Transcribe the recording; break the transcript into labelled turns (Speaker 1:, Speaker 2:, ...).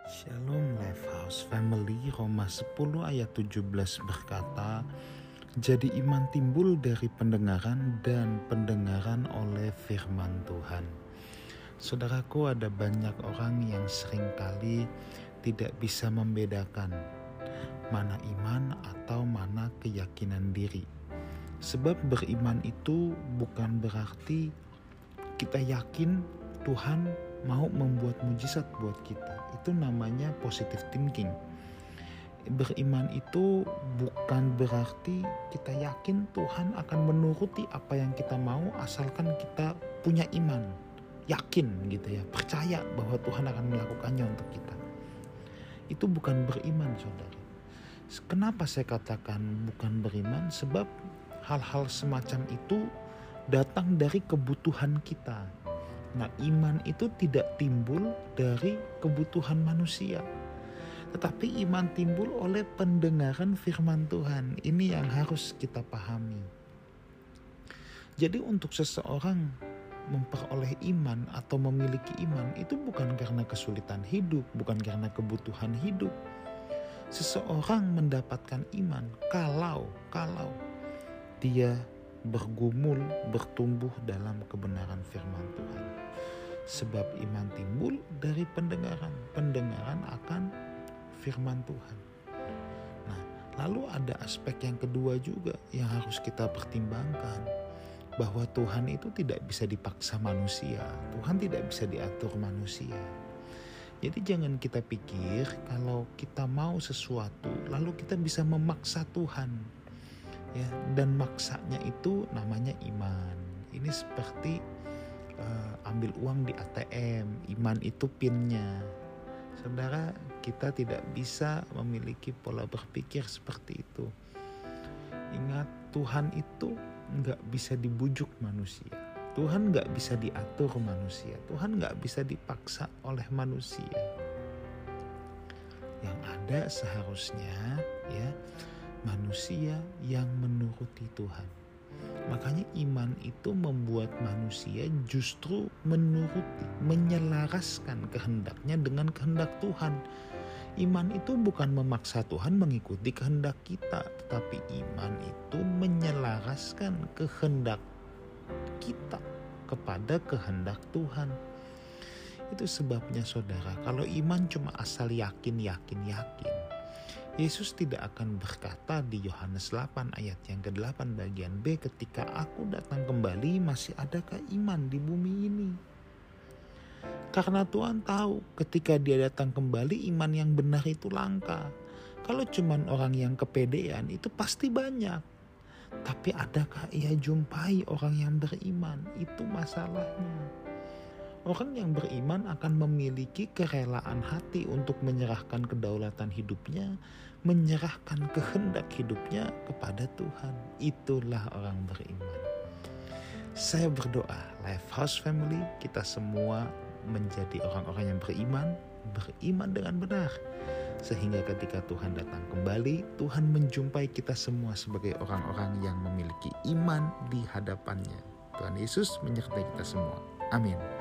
Speaker 1: Shalom Lifehouse Family. Roma 10 ayat 17 berkata, jadi iman timbul dari pendengaran dan pendengaran oleh firman Tuhan. Saudaraku, ada banyak orang yang seringkali tidak bisa membedakan mana iman atau mana keyakinan diri. Sebab beriman itu bukan berarti kita yakin Tuhan mau membuat mujizat buat kita. Itu namanya positive thinking. Beriman itu bukan berarti kita yakin Tuhan akan menuruti apa yang kita mau asalkan kita punya iman. Yakin gitu ya, percaya bahwa Tuhan akan melakukannya untuk kita. Itu bukan beriman, saudara. Kenapa saya katakan bukan beriman? Sebab hal-hal semacam itu datang dari kebutuhan kita. Nah, iman itu tidak timbul dari kebutuhan manusia, tetapi iman timbul oleh pendengaran firman Tuhan. Ini yang harus kita pahami. Jadi untuk seseorang memperoleh iman atau memiliki iman itu bukan karena kesulitan hidup, bukan karena kebutuhan hidup. Seseorang mendapatkan iman kalau dia bergumul, bertumbuh dalam kebenaran firman Tuhan. Sebab iman timbul dari pendengaran akan firman Tuhan. Nah, lalu ada aspek yang kedua juga yang harus kita pertimbangkan, bahwa Tuhan itu tidak bisa dipaksa manusia. Tuhan tidak bisa diatur manusia. Jadi jangan kita pikir kalau kita mau sesuatu lalu kita bisa memaksa Tuhan. Ya, dan maksanya itu namanya iman. Ini seperti ambil uang di ATM, iman itu pinnya. Saudara, kita tidak bisa memiliki pola berpikir seperti itu. Ingat, Tuhan itu gak bisa dibujuk manusia. Tuhan gak bisa diatur manusia. Tuhan gak bisa dipaksa oleh manusia. Yang ada seharusnya ya manusia yang menuruti Tuhan. Makanya iman itu membuat manusia justru menuruti, menyelaraskan kehendaknya dengan kehendak Tuhan. Iman itu bukan memaksa Tuhan mengikuti kehendak kita, tetapi iman itu menyelaraskan kehendak kita kepada kehendak Tuhan. Itu sebabnya saudara, kalau iman cuma asal yakin, Yesus tidak akan berkata di Yohanes 8 ayat yang ke-8 bagian B, ketika aku datang kembali masih adakah iman di bumi ini? Karena Tuhan tahu ketika dia datang kembali iman yang benar itu langka. Kalau cuman orang yang kepedean itu pasti banyak. Tapi adakah ia jumpai orang yang beriman? Itu masalahnya. Orang yang beriman akan memiliki kerelaan hati untuk menyerahkan kedaulatan hidupnya, menyerahkan kehendak hidupnya kepada Tuhan. Itulah orang beriman. Saya berdoa, Lifehouse Family, kita semua menjadi orang-orang yang beriman dengan benar. Sehingga ketika Tuhan datang kembali, Tuhan menjumpai kita semua sebagai orang-orang yang memiliki iman di hadapannya. Tuhan Yesus menyertai kita semua. Amin.